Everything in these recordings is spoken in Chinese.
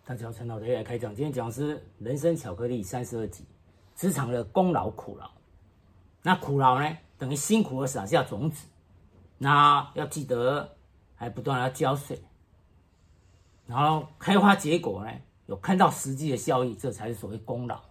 大家好，陈老师来开讲。今天讲的是人生巧克力32集，职场的功劳苦劳。那苦劳呢，等于辛苦的撒下种子，那要记得还不断的要浇水，然后开花结果呢，有看到实际的效益，这才是所谓功劳。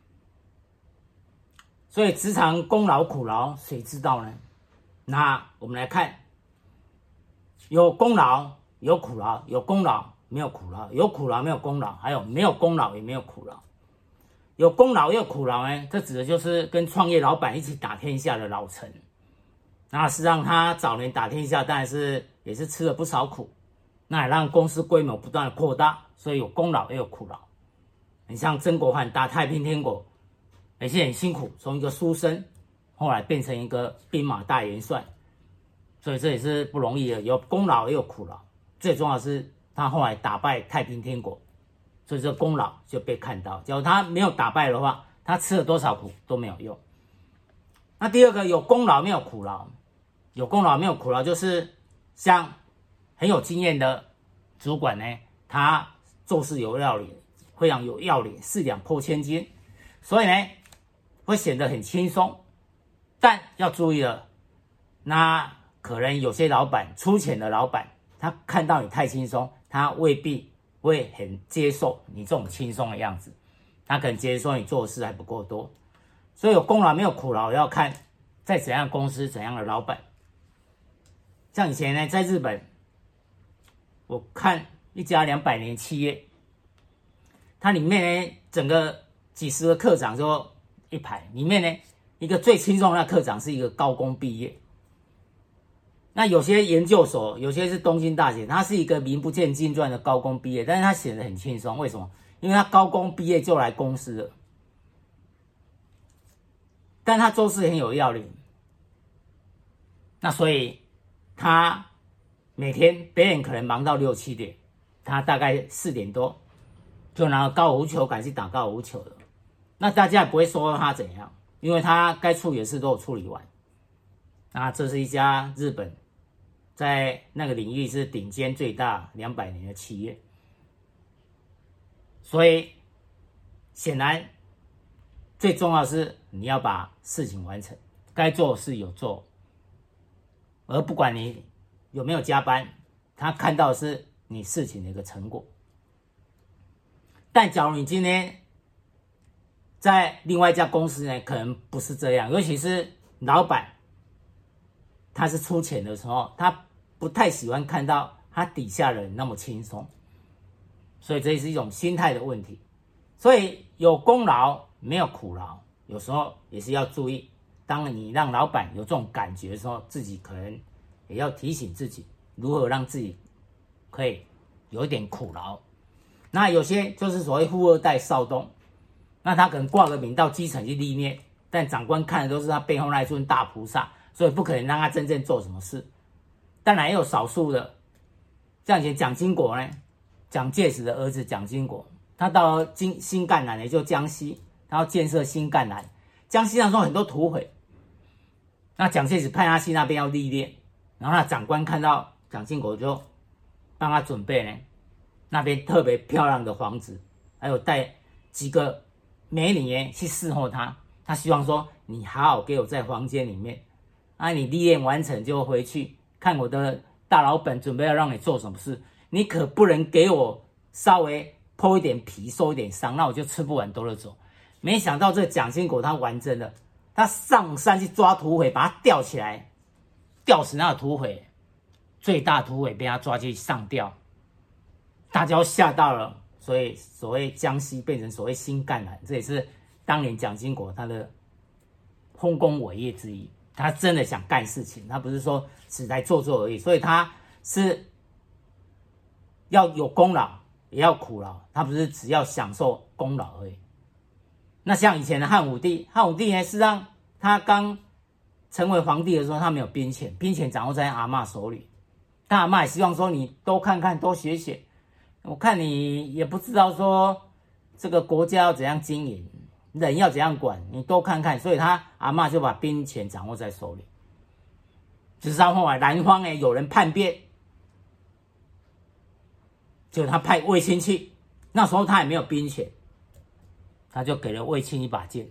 所以职场功劳苦劳，谁知道呢？那我们来看，有功劳有苦劳，有功劳没有苦劳，有苦劳没有功劳，还有没有功劳也没有苦劳。有功劳也有苦劳呢，这指的就是跟创业老板一起打天下的老陈。那是让他早年打天下，当然是也是吃了不少苦，那也让公司规模不断的扩大，所以有功劳也有苦劳。你像曾国藩打太平天国，也是很辛苦，从一个书生后来变成一个兵马大元帅，所以这也是不容易的，有功劳也有苦劳。最重要的是他后来打败太平天国，所以这功劳就被看到。假如他没有打败的话，他吃了多少苦都没有用。那第二个，有功劳没有苦劳。有功劳没有苦劳，就是像很有经验的主管呢，他做事有要领，非常有要领，4两拨千斤，所以呢会显得很轻松。但要注意了，那可能有些老板，出钱的老板，他看到你太轻松，他未必会很接受你这种轻松的样子，他可能觉得说你做的事还不够多。所以有功劳没有苦劳，要看在怎样的公司，怎样的老板。像以前呢，在日本，我看一家200年企业，它里面呢，整个几十个科长就一排，里面呢，一个最轻松的科长是一个高工毕业。那有些研究所，有些是东京大学，他是一个名不见经传的高工毕业，但是他显得很轻松。为什么？因为他高工毕业就来公司了，但他做事很有要领。那所以他每天别人可能忙到6、7点，他大概4点多就拿高尔夫球杆去打高尔夫球了。那大家也不会说他怎样，因为他该处理的事都有处理完。那这是一家日本在那个领域是顶尖最大200年的企业，所以显然最重要的是你要把事情完成，该做的事有做，而不管你有没有加班，他看到的是你事情的一个成果。但假如你今天在另外一家公司呢，可能不是这样，尤其是老板他是出钱的时候，他不太喜欢看到他底下人那么轻松，所以这是一种心态的问题。所以有功劳没有苦劳，有时候也是要注意，当你让老板有这种感觉的时候，自己可能也要提醒自己如何让自己可以有一点苦劳。那有些就是所谓富二代少东，那他可能挂个名到基层去历练，但长官看的都是他背后那一尊大菩萨，所以不可能让他真正做什么事。当然也有少数的，像以前蒋经国呢，蒋介石的儿子蒋经国，他到了新赣南，也就江西，他要建设新赣南。江西那时候很多土匪，那蒋介石派他去那边要历练，然后那长官看到蒋经国就帮他准备呢，那边特别漂亮的房子，还有带几个美女去伺候他。他希望说你好好给我在房间里面，你历练完成就回去看我的大老板准备要让你做什么事，你可不能给我稍微剖一点皮受一点伤，那我就吃不完兜着走。没想到这蒋经国他玩真的，他上山去抓土匪，把他吊起来，吊死那个土匪，最大土匪被他抓去上吊，大家都吓到了。所以所谓江西变成所谓新赣南，这也是当年蒋经国他的丰功伟业之一。他真的想干事情，他不是说只来做做而已，所以他是要有功劳也要苦劳，他不是只要享受功劳而已。那像以前的汉武帝，汉武帝呢是让他刚成为皇帝的时候，他没有兵权，兵权掌握在阿嬷手里。但阿嬷也希望说你多看看多学学，我看你也不知道说这个国家要怎样经营，人要怎样管，你多看看。所以他阿嬷就把兵权掌握在手里。直到后来南方有人叛变，就他派卫青去那时候他也没有兵权，他就给了卫青一把剑。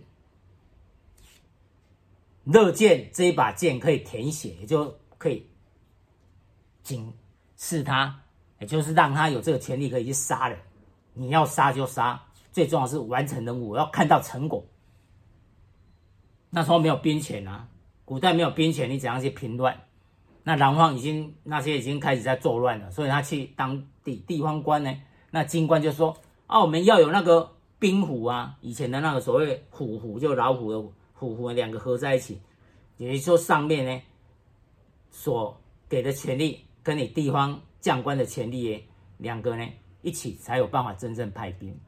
乐见这一把剑可以填血，也就可以警示他，也就是让他有这个权利可以去杀人。你要杀就杀，最重要是完成任务，我要看到成果。那时候没有兵权啊，古代没有兵权，你怎样去平乱？那南方那些已经开始在作乱了，所以他去当地方官呢。那京官就说：我们要有那个兵符啊，以前的那个所谓虎符，就老虎的虎两个合在一起，也就是说上面呢所给的权利跟你地方将官的权利两个呢一起才有办法真正派兵。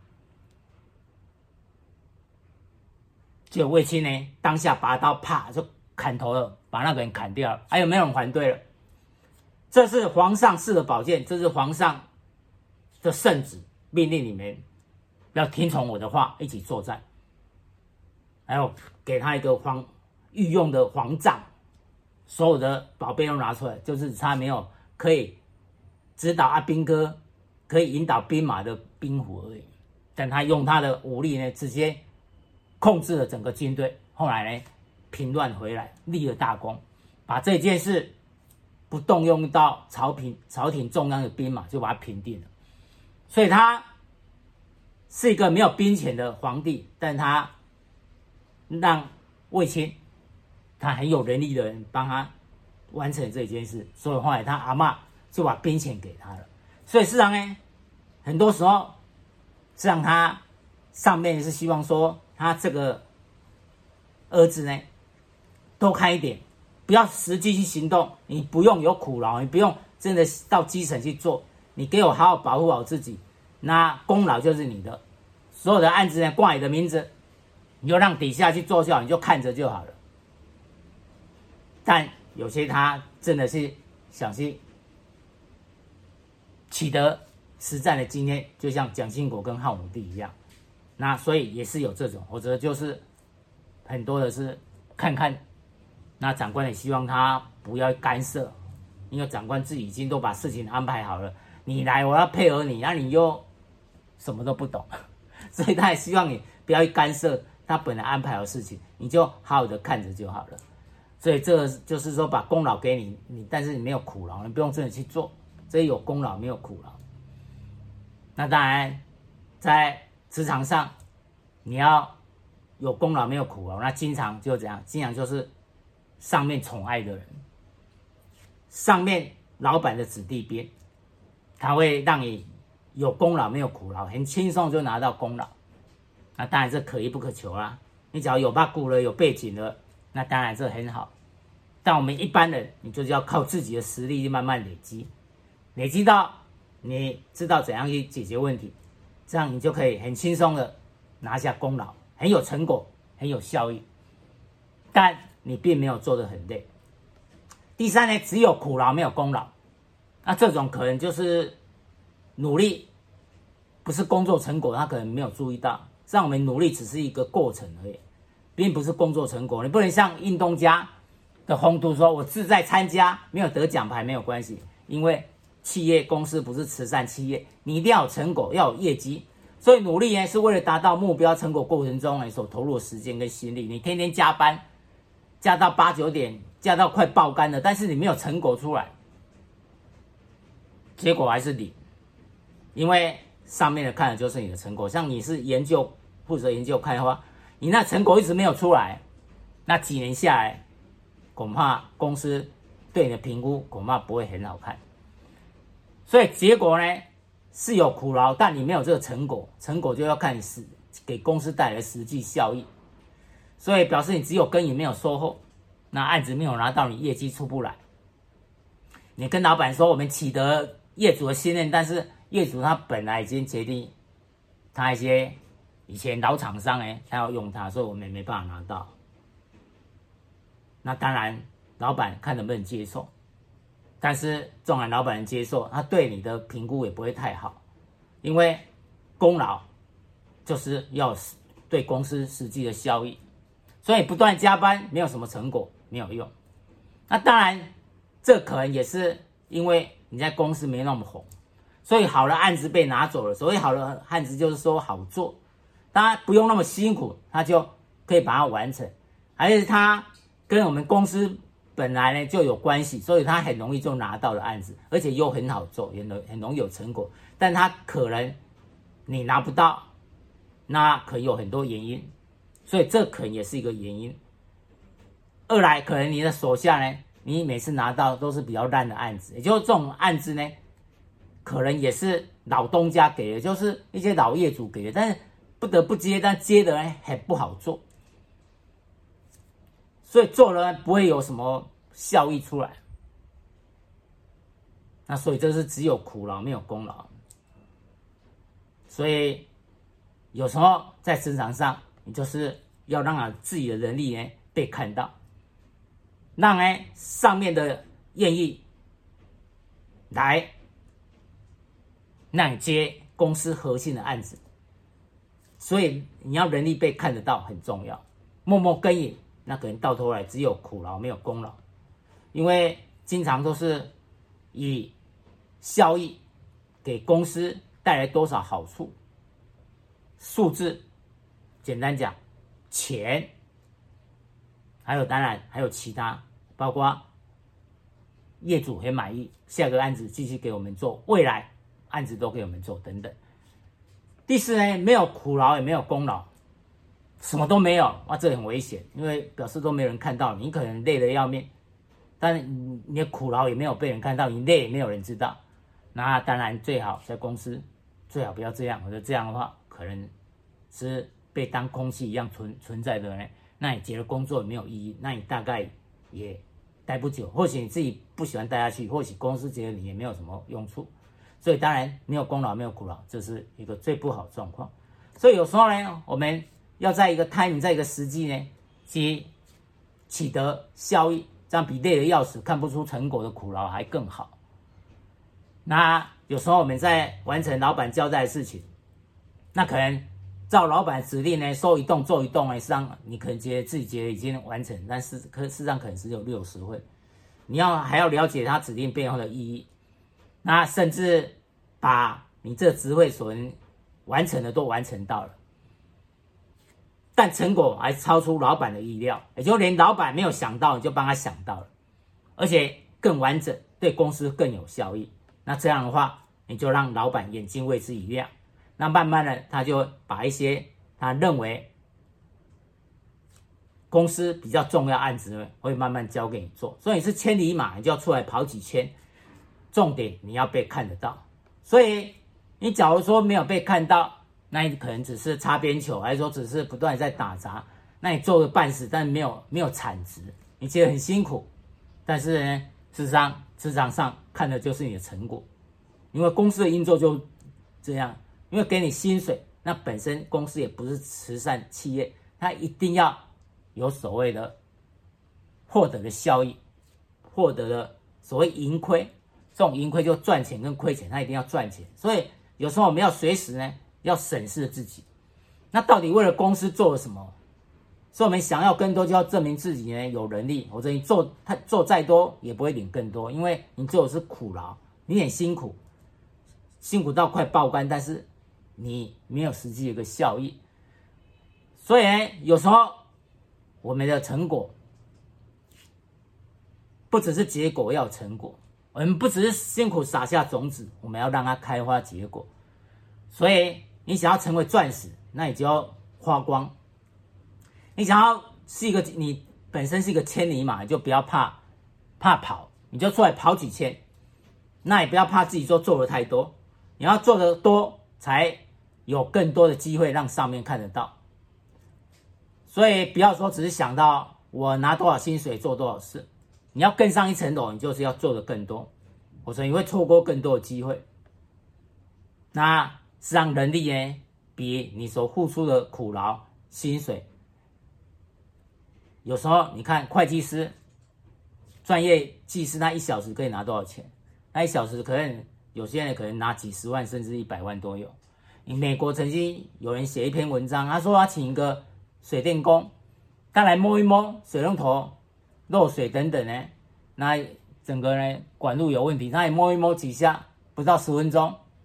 结果卫青呢当下拔刀啪就砍头了，把那个人砍掉了，还有没有人还对了？这是皇上赐的宝剑，这是皇上的圣旨，命令你们要听从我的话，一起作战。还有给他一个御用的皇杖，所有的宝贝都拿出来，就是他没有可以指导阿兵哥，可以引导兵马的兵符而已。但他用他的武力呢，直接控制了整个军队。后来呢，平乱回来，立了大功，把这件事不动用到朝廷中央的兵马，就把它平定了。所以他是一个没有兵权的皇帝，但他让卫青他很有能力的人帮他完成这件事，所以后来他阿嬷就把兵权给他了。所以事实上呢，很多时候是让他上面是希望说他这个儿子呢多看一点，不要实际去行动，你不用有苦劳，你不用真的到基层去做，你给我好好保护好自己，那功劳就是你的。所有的案子呢挂你的名字，你就让底下去做就好，你就看着就好了。但有些他真的是想去取得实战的经验，就像蒋经国跟汉武帝一样，那所以也是有这种，或者就是很多的是看看，那长官也希望他不要干涉，因为长官自己已经都把事情安排好了，你来我要配合你，那你又什么都不懂，所以他也希望你不要去干涉他本来安排好的事情，你就好好的看着就好了。所以这个就是说把功劳给你，但是你没有苦劳，你不用真的去做，这有功劳没有苦劳。那当然在职场上你要有功劳没有苦劳，那经常就这样，经常就是上面宠爱的人，上面老板的子弟兵，他会让你有功劳没有苦劳，很轻松就拿到功劳。那当然这可遇不可求啦，你只要有把骨了有背景了，那当然这很好。但我们一般人，你就是要靠自己的实力慢慢累积，累积到你知道怎样去解决问题，这样你就可以很轻松的拿下功劳，很有成果，很有效益。但你并没有做得很累。第三呢，只有苦劳没有功劳，那这种可能就是努力不是工作成果，他可能没有注意到，让我们努力只是一个过程而已，并不是工作成果。你不能像运动家的宏图说，我志在参加，没有得奖牌没有关系，因为企业公司不是慈善企业，你一定要有成果，要有业绩。所以努力呢，是为了达到目标成果过程中呢所投入的时间跟心力。你天天加班，加到8、9点，加到快爆肝了，但是你没有成果出来，结果还是零。因为上面的看的就是你的成果，像你是负责研究开发，你那成果一直没有出来，那几年下来，恐怕公司对你的评估恐怕不会很好看。所以结果呢是有苦劳，但你没有这个成果，成果就要看你给公司带来的实际效益。所以表示你只有耕耘没有收获，那案子没有拿到，你业绩出不来。你跟老板说我们取得业主的信任，但是业主他本来已经决定他一些以前老厂商他要用他，所以我们也没办法拿到。那当然老板看能不能接受，但是纵然老板能接受，他对你的评估也不会太好，因为功劳就是要对公司实际的效益，所以不断加班没有什么成果没有用。那当然这可能也是因为你在公司没那么红， 所以好的案子被拿走了。所谓好的案子就是说好做，他不用那么辛苦，他就可以把它完成，还是他跟我们公司本来呢就有关系，所以他很容易就拿到了案子，而且又很好做，也很容易有成果。但他可能你拿不到，那可以有很多原因，所以这可能也是一个原因。二来，可能你的手下呢，你每次拿到都是比较烂的案子，也就是这种案子呢，可能也是老东家给的，就是一些老业主给的，但是不得不接，但接的呢很不好做，所以做了不会有什么效益出来。那所以这是只有苦劳没有功劳。所以有时候在职场上，你就是要让自己的能力呢被看到，让呢上面的愿意来让你接公司核心的案子。所以你要能力被看得到很重要，默默耕耘，那可能到头来只有苦劳没有功劳，因为经常都是以效益给公司带来多少好处，数字，简单讲，钱，还有当然还有其他，包括业主很满意，下个案子继续给我们做，未来案子都给我们做等等。第四呢，没有苦劳也没有功劳，什么都没有，哇，这很危险，因为表示都没有人看到你，可能累得要命，但是你的苦劳也没有被人看到，你累也没有人知道。那当然最好在公司最好不要这样，或者这样的话可能是被当空气一样存在的呢，那你觉得工作也没有意义，那你大概也待不久，或许你自己不喜欢待下去，或许公司觉得你也没有什么用处。所以当然没有功劳没有苦劳，这是一个最不好的状况。所以有时候呢，我们要在一个 timing， 在一个时机呢，去取得效益，这样比累得要死看不出成果的苦劳还更好。那有时候我们在完成老板交代的事情，那可能照老板指令呢，说一动做一动呢，实际上你可能自己觉得已经完成，但事实上可能只有60分。你还要了解他指令背后的意义，那甚至把你这职位所能完成的都完成到了，但成果还超出老板的意料，也就连老板没有想到，你就帮他想到了，而且更完整，对公司更有效益。那这样的话，你就让老板眼睛为之一亮，那慢慢的他就把一些他认为公司比较重要案子呢，会慢慢交给你做。所以你是千里马，你就要出来跑几圈，重点你要被看得到。所以你假如说没有被看到，那你可能只是擦边球，还是说只是不断在打杂，那你做个半死，但没有产值，你觉得很辛苦，但是呢，事实上市场上看的就是你的成果，因为公司的运作就这样，因为给你薪水，那本身公司也不是慈善企业，它一定要有所谓的获得的效益，获得的所谓盈亏，这种盈亏就赚钱跟亏钱，它一定要赚钱，所以有时候我们要随时呢要审视自己，那到底为了公司做了什么？所以我们想要更多，就要证明自己呢有能力，或者你做再多也不会领更多，因为你做的是苦劳，你很辛苦，辛苦到快爆肝，但是你没有实际的一个效益。所以呢，有时候我们的成果不只是结果，要有成果。我们不只是辛苦撒下种子，我们要让它开花结果。所以你想要成为钻石，那你就要花光。你想要你本身是一个千里马，你就不要怕跑，你就出来跑几圈。那也不要怕自己做的太多，你要做的多，才有更多的机会让上面看得到。所以不要说只是想到我拿多少薪水做多少事，你要更上一层楼，你就是要做的更多，否则你会错过更多的机会。那实际上能力呢，比你所付出的苦劳、薪水，有时候你看会计师、专业技师，他1小时可以拿多少钱？那1小时可能有些人可能拿几十万甚至100万都有。美国曾经有人写一篇文章，他说他请一个水电工，他来摸一摸水龙头漏水等等呢，那整个呢管路有问题，他也摸一摸几下，不到10分钟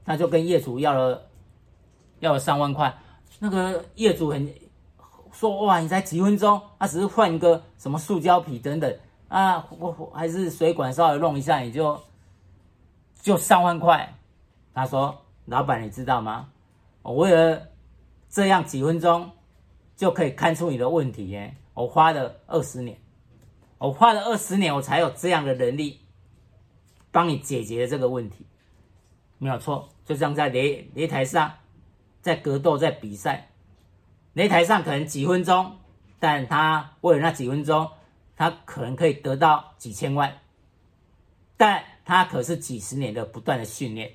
他就跟业主要了3万块，那个业主说哇，你才几分钟，只是换一个什么塑胶皮等等我还是水管稍微弄一下，你就3万块。他说老板你知道吗？我为了这样几分钟就可以看出你的问题耶，我花了20年，我才有这样的能力帮你解决这个问题，没有错。就像在擂台上，在格斗，在比赛，擂台上可能几分钟，但他为了那几分钟，他可能可以得到几千万，但他可是几十年的不断的训练。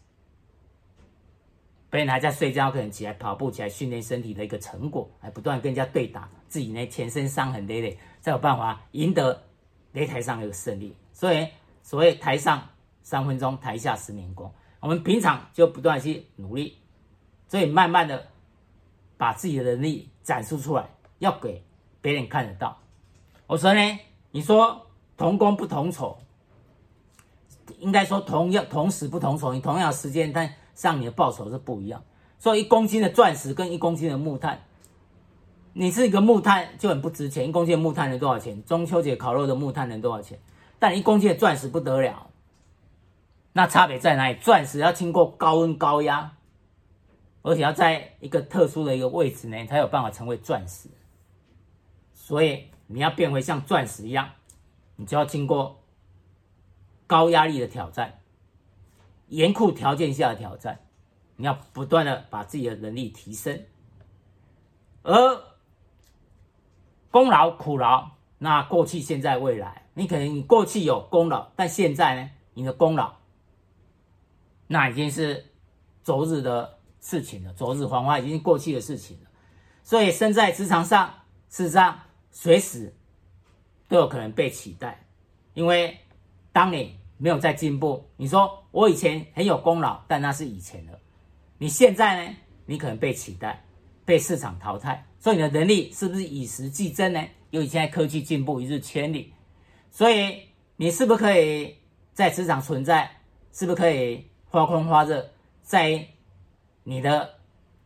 别人还在睡觉，可能起来跑步，起来训练身体的一个成果，还不断跟人家对打，自己呢全身伤痕累累，才有办法赢得擂台上的一个胜利。所以所谓台上3分钟，台下10年功，我们平常就不断去努力，所以慢慢的把自己的能力展示出来，要给别人看得到。我说呢，你说同工不同酬，应该说同时不同酬，你同样的时间，但上你的报酬是不一样。所以1公斤的钻石跟1公斤的木炭，你是一个木炭就很不值钱，1公斤的木炭能多少钱？中秋节烤肉的木炭能多少钱？但1公斤的钻石不得了。那差别在哪里？钻石要经过高温高压，而且要在一个特殊的一个位置呢，才有办法成为钻石。所以你要变回像钻石一样，你就要经过高压力的挑战，严酷条件下的挑战，你要不断的把自己的能力提升。而功劳苦劳，那过去现在未来，你可能你过去有功劳，但现在呢，你的功劳那已经是昨日的事情了，昨日黄花已经是过去的事情了。所以身在职场上，事实上随时都有可能被取代。因为当你没有在进步，你说我以前很有功劳，但那是以前的，你现在呢，你可能被取代，被市场淘汰。所以你的能力是不是以时俱增呢？由于现在科技进步一日千里，所以你是不是可以在职场存在，是不是可以发光发热，在你的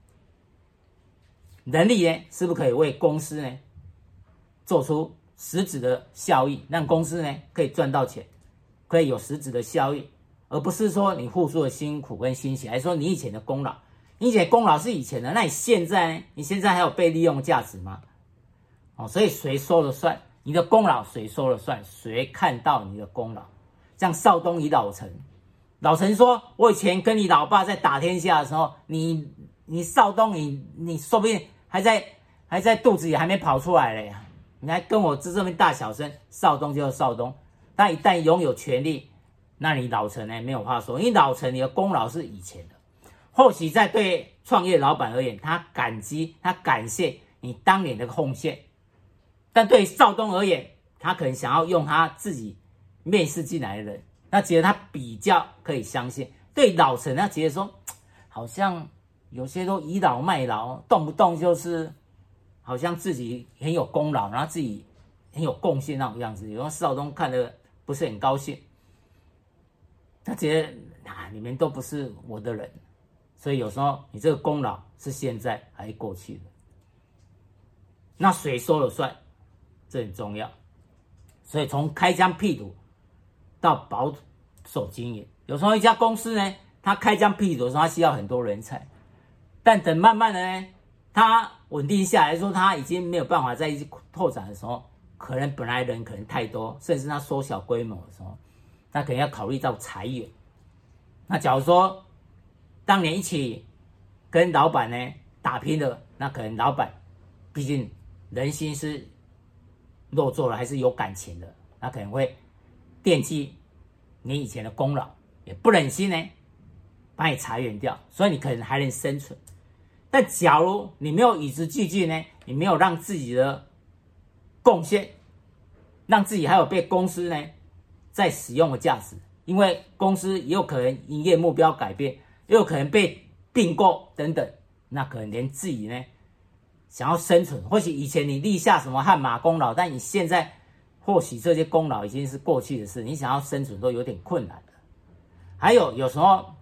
能力呢，是不是可以为公司呢做出实质的效益，让公司呢可以赚到钱，可以有实质的效益，而不是说你付出的辛苦跟心血，还是说你以前的功劳，你以前的功劳是以前的，那你现在呢？你现在还有被利用价值吗？所以谁说了算？你的功劳谁说了算？谁看到你的功劳？像少东与老陈，老陈说：“我以前跟你老爸在打天下的时候，你少东，你说不定还在肚子里还没跑出来嘞，你还跟我这么大小声。少东就是少东，但一旦拥有权力，那你老陈呢没有话说，因为老陈你的功劳是以前的。或许在对创业老板而言，他感谢你当年的贡献，但对少东而言，他可能想要用他自己面试进来的人，他觉得他比较可以相信。对老陈，他觉得说，好像有些都倚老卖老，动不动就是好像自己很有功劳，然后自己很有贡献那种样子。有时候少东看得不是很高兴，他觉得你们都不是我的人。所以有时候你这个功劳是现在还是过去的，那谁说了算？这很重要。所以从开疆辟土到保守经营，有时候一家公司呢，它开疆辟土的时候，它需要很多人才，但等慢慢的呢，它稳定下来说，它已经没有办法再一直拓展的时候，可能本来人可能太多，甚至它缩小规模的时候，它可能要考虑到裁员。那假如说当年一起跟老板呢打拼的，那可能老板毕竟人心是肉做了，还是有感情的，那可能会惦记你以前的功劳，也不忍心呢把你裁员掉，所以你可能还能生存。但假如你没有与时俱进呢，你没有让自己的贡献，让自己还有被公司呢在使用的价值，因为公司也有可能营业目标改变，也有可能被并购等等，那可能连自己呢想要生存，或许以前你立下什么汗马功劳，但你现在或许这些功劳已经是过去的事，你想要生存都有点困难了。还有时候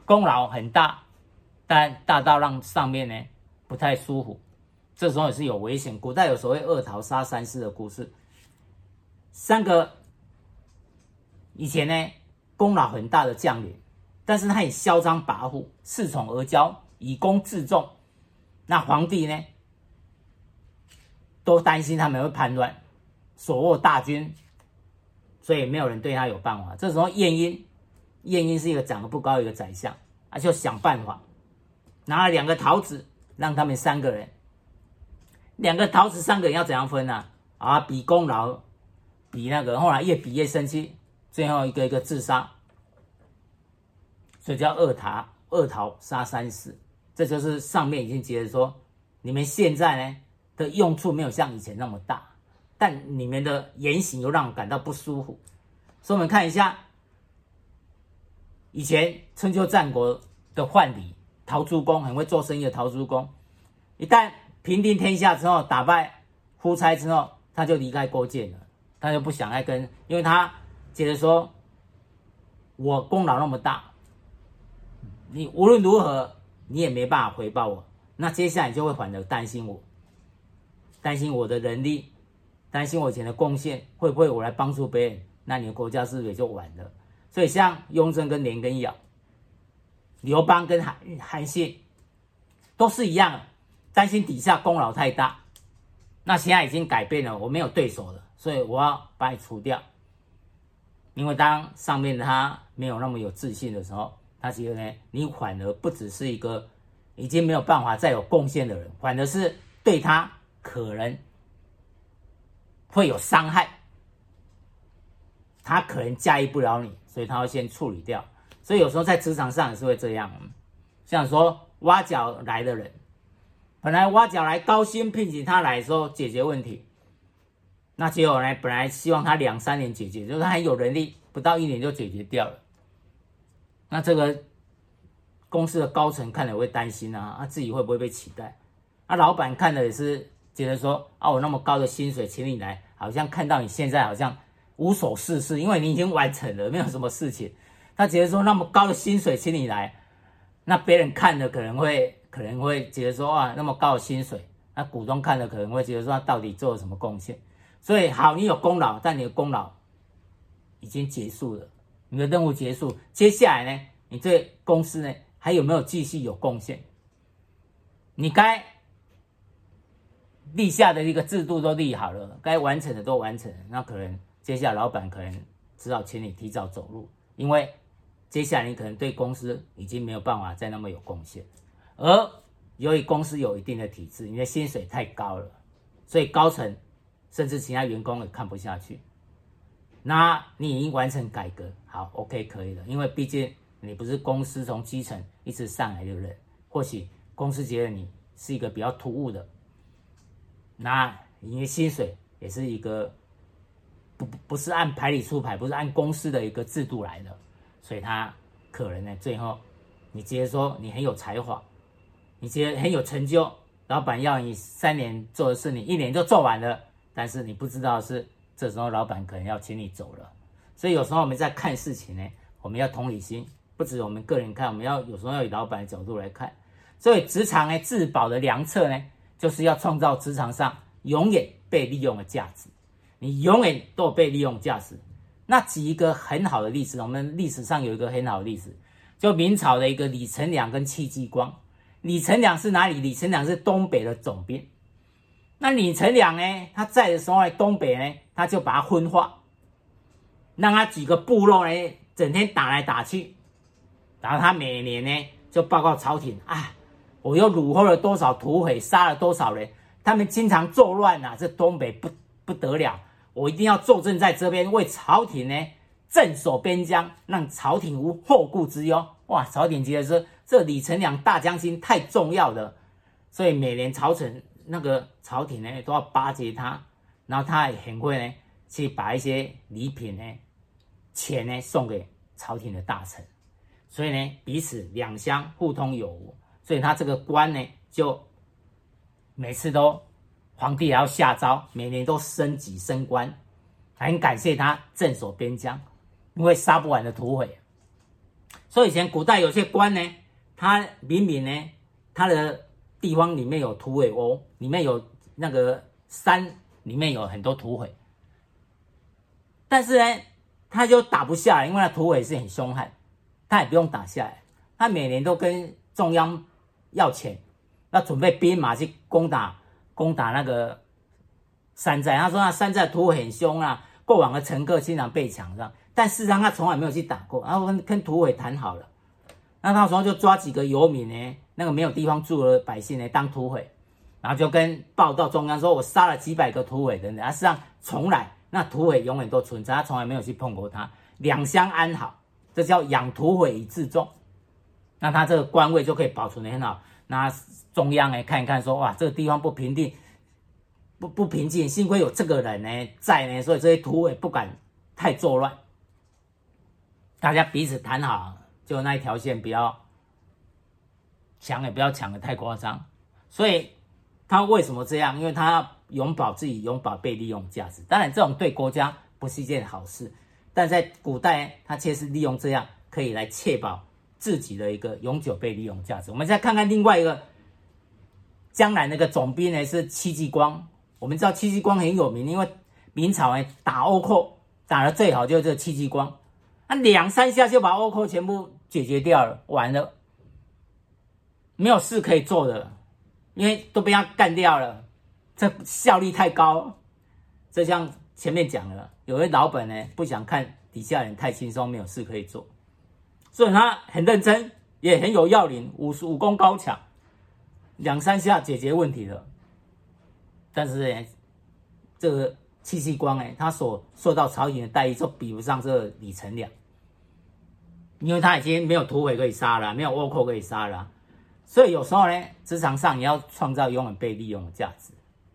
功劳很大，但大到让上面呢不太舒服，这时候也是有危险。古代有所谓2桃杀3士的故事，3个以前呢功劳很大的将领，但是他很嚣张跋扈，恃宠而骄，以功自重。那皇帝呢都担心他们会叛乱，手握大军，所以没有人对他有办法。这时候晏婴是一个长得不高的一个宰相，他就想办法拿了2个桃子，让他们3个人，2个桃子3个人要怎样分呢？比功劳，比那个，后来越比越生气，最后一个一个自杀，所以叫2桃杀3士。这就是上面已经觉得说，你们现在呢的用处没有像以前那么大，但你们的言行又让我感到不舒服。所以我们看一下以前春秋战国的范蠡，陶朱公，很会做生意的陶朱公，一旦平定天下之后，打败夫差之后，他就离开勾践了，他就不想再跟，因为他觉得说，我功劳那么大，你无论如何你也没办法回报我，那接下来你就会反而担心我，担心我的能力，担心我以前的贡献会不会我来帮助别人，那你的国家是不是也就完了？所以像雍正跟年羹尧，刘邦跟韩信都是一样的，担心底下功劳太大。那现在已经改变了，我没有对手了，所以我要把你除掉。因为当上面他没有那么有自信的时候，他觉得呢，你反而不只是一个已经没有办法再有贡献的人，反而是对他可能会有伤害，他可能驾驭不了你，所以他会先处理掉。所以有时候在职场上也是会这样，像说挖角来的人，本来挖角来高薪聘请他来的时候解决问题，那结果呢，本来希望他2、3年解决，就是他很有能力，不到1年就解决掉了。那这个公司的高层看了会担心啊，自己会不会被取代？老板看了也是觉得说，我那么高的薪水请你来，好像看到你现在好像无所事事，因为你已经完成了，没有什么事情。他觉得说那么高的薪水请你来，那别人看了可能会觉得说，那么高的薪水，那股东看了可能会觉得说他到底做了什么贡献？所以好，你有功劳，但你的功劳已经结束了，你的任务结束，接下来呢，你对公司呢还有没有继续有贡献？你该立下的一个制度都立好了，该完成的都完成了，那可能接下来老板可能只好请你提早走路，因为接下来你可能对公司已经没有办法再那么有贡献。而由于公司有一定的体制，你的薪水太高了，所以高层甚至其他员工也看不下去。那你已经完成改革，好 OK 可以了，因为毕竟你不是公司从基层一直上来的人，或许公司觉得你是一个比较突兀的，那你的薪水也是一个不是按牌理出牌，不是按公司的一个制度来的，所以他可能呢最后你觉得说你很有才华，你觉得很有成就，老板要你3年做的事你1年就做完了，但是你不知道的是这时候老板可能要请你走了。所以有时候我们在看事情呢，我们要同理心，不止我们个人看，我们有时候要以老板的角度来看。所以职场呢自保的良策呢，就是要创造职场上永远被利用的价值，你永远都有被利用价值。那举一个很好的例子，我们历史上有一个很好的例子，就明朝的一个李成梁跟戚继光。李成梁是哪里？李成梁是东北的总兵。那李成梁呢，他在的时候呢，东北呢，他就把他分化，让他几个部落呢整天打来打去，然后他每年呢就报告朝廷我又虏获了多少土匪，杀了多少人，他们经常作乱这东北不得了，我一定要坐镇在这边，为朝廷呢镇守边疆，让朝廷无后顾之忧。哇，朝廷觉得说这李成梁大将军太重要了，所以每年朝廷呢都要巴结他，然后他也很会呢去把一些礼品呢钱呢送给朝廷的大臣，所以呢彼此两相互通有无，所以他这个官呢就每次都皇帝也要下诏，每年都升级升官，很感谢他镇守边疆，因为杀不完的土匪。 所以以前古代有些官呢，他明明呢，他的地方里面有土匪窝，里面有那个山，里面有很多土匪，但是呢，他就打不下来，因为那土匪是很凶悍，他也不用打下来，他每年都跟中央要钱，要准备兵马去攻打那个山寨。他说那山寨土匪很凶啊，过往的乘客经常被抢这样，但事实上他从来没有去打过，然后跟土匪谈好了，那他说就抓几个游民呢，那个没有地方住的百姓呢当土匪，然后就跟报到中央说我杀了几百个土匪等等，事实上从来那土匪永远都存在，他从来没有去碰过他，两相安好，这叫养土匪以自重。那他这个官位就可以保存得很好。那中央呢看一看说，哇，这个地方不平定，不平静，幸亏有这个人呢在呢，所以这些土匪不敢太作乱。大家彼此谈好，就那一条线不要抢，也不要抢得太夸张。所以他为什么这样？因为他永保自己永保被利用价值。当然，这种对国家不是一件好事，但在古代，他却是利用这样可以来确保自己的一个永久被利用价值。我们再看看另外一个江南那个总兵呢是戚继光。我们知道戚继光很有名，因为明朝呢打倭寇打得最好就是这个戚继光，他2、3下就把倭寇全部解决掉了，完了，没有事可以做的，因为都被他干掉了，这效率太高。这像前面讲了，有些老板呢不想看底下人太轻松，没有事可以做，所以他很认真，也很有要领，武功高强，2、3下解决问题了。但是呢，这个戚继光呢，他所受到朝廷的待遇就比不上这个李成梁，因为他已经没有土匪可以杀了，没有倭寇可以杀了。所以有时候呢，职场上你要创造永远被利用的价值，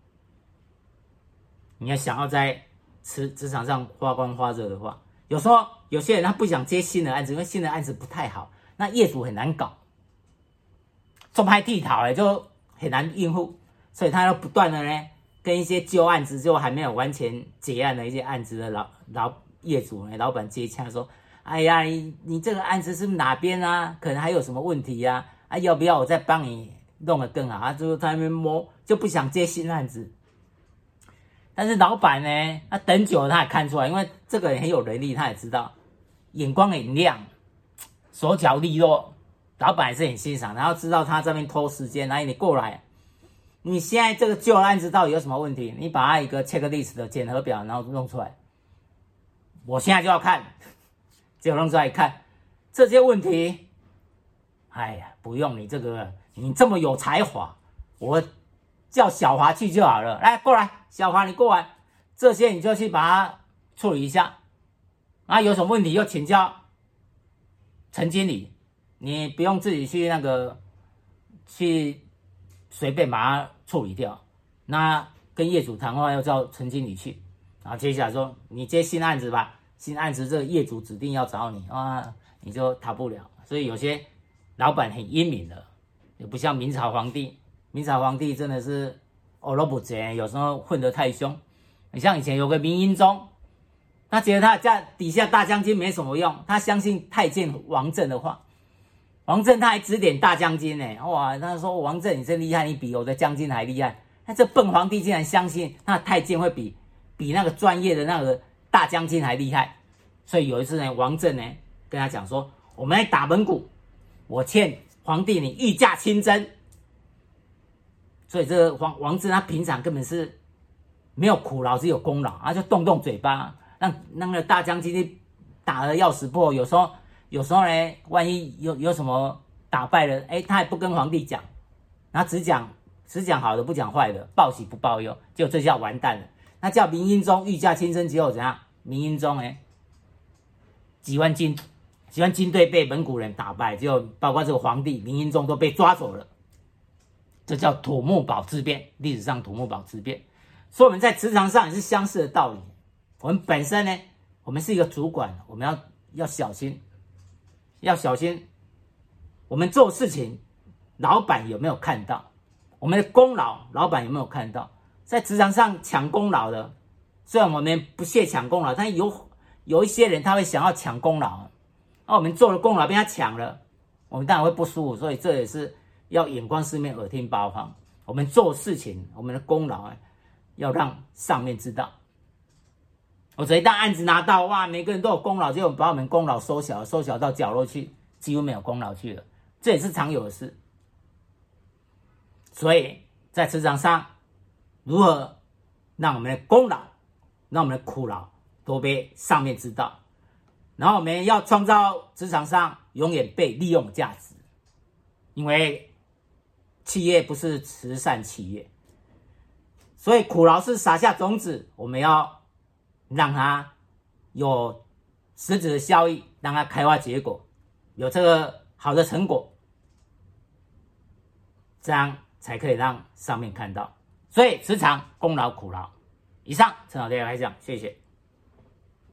你要想要在职场上发光发热的话，有时候有些人他不想接新的案子，因为新的案子不太好，那业主很难搞，做派地讨就很难应付，所以他要不断的呢跟一些旧案子就还没有完全结案的一些案子的老业主呢，老板接洽说，哎呀，你这个案子是哪边啊？可能还有什么问题啊？要不要我再帮你弄得更好？就在那边摸，就不想接新案子。但是老板呢，他等久了他也看出来，因为这个人很有能力，他也知道，眼光很亮，手脚利落，老板也是很欣赏，然后知道他这边拖时间，来你过来，你现在这个旧案子到底有什么问题？你把它一个 checklist 的检核表，然后弄出来，我现在就要看，结果弄出来一看，这些问题，哎呀，不用你这个，你这么有才华，我叫小华去就好了。来，过来，小华你过来，这些你就去把它处理一下。啊，有什么问题就请教陈经理，你不用自己去去随便把它处理掉。那跟业主谈话要叫陈经理去，然后接下来说你接新案子吧，新案子这个业主指定要找你啊，你就逃不了。所以有些老板很英明的，也不像明朝皇帝。明朝皇帝真的是哦都不贼，有时候混得太凶。你像以前有个明英宗，他觉得他底下大将军没什么用，他相信太监王振的话。王振他还指点大将军呢，哇，他说王振你真厉害，你比我的将军还厉害。那这笨皇帝竟然相信那太监会比那个专业的那个大将军还厉害。所以有一次呢，王振呢跟他讲说，我们来打蒙古，我欠皇帝你御驾亲征。所以这个王振他平常根本是没有苦劳，只有功劳，他就动嘴巴，让那个大将军打得要死不活。有时候呢，万一有什么打败了，他也不跟皇帝讲，然后只讲好的不讲坏的，报喜不报忧，就这下完蛋了。那叫明英宗御驾亲征，结果怎样？明英宗几万军队被蒙古人打败，就包括这个皇帝明英宗都被抓走了。这叫土木堡之变，历史上土木堡之变。所以我们在职场上也是相似的道理。我们本身呢，我们是一个主管，我们要小心，我们做事情，老板有没有看到？我们的功劳，老板有没有看到？在职场上抢功劳的，虽然我们不屑抢功劳，但有一些人他会想要抢功劳， 我们做了功劳被他抢了，我们当然会不舒服。所以这也是要眼观四面，耳听八方。我们做事情，我们的功劳要让上面知道。我这一旦案子拿到，哇，每个人都有功劳，结果把我们功劳缩小到角落去，几乎没有功劳去了，这也是常有的事。所以在职场上，如何让我们的功劳、让我们的苦劳都被上面知道，然后我们要创造职场上永远被利用的价值，因为企业不是慈善企业，所以苦劳是撒下种子，我们要让它有实质的效益，让它开花结果，有这个好的成果，这样才可以让上面看到。所以职场功劳苦劳。以上陈老师来讲，谢谢。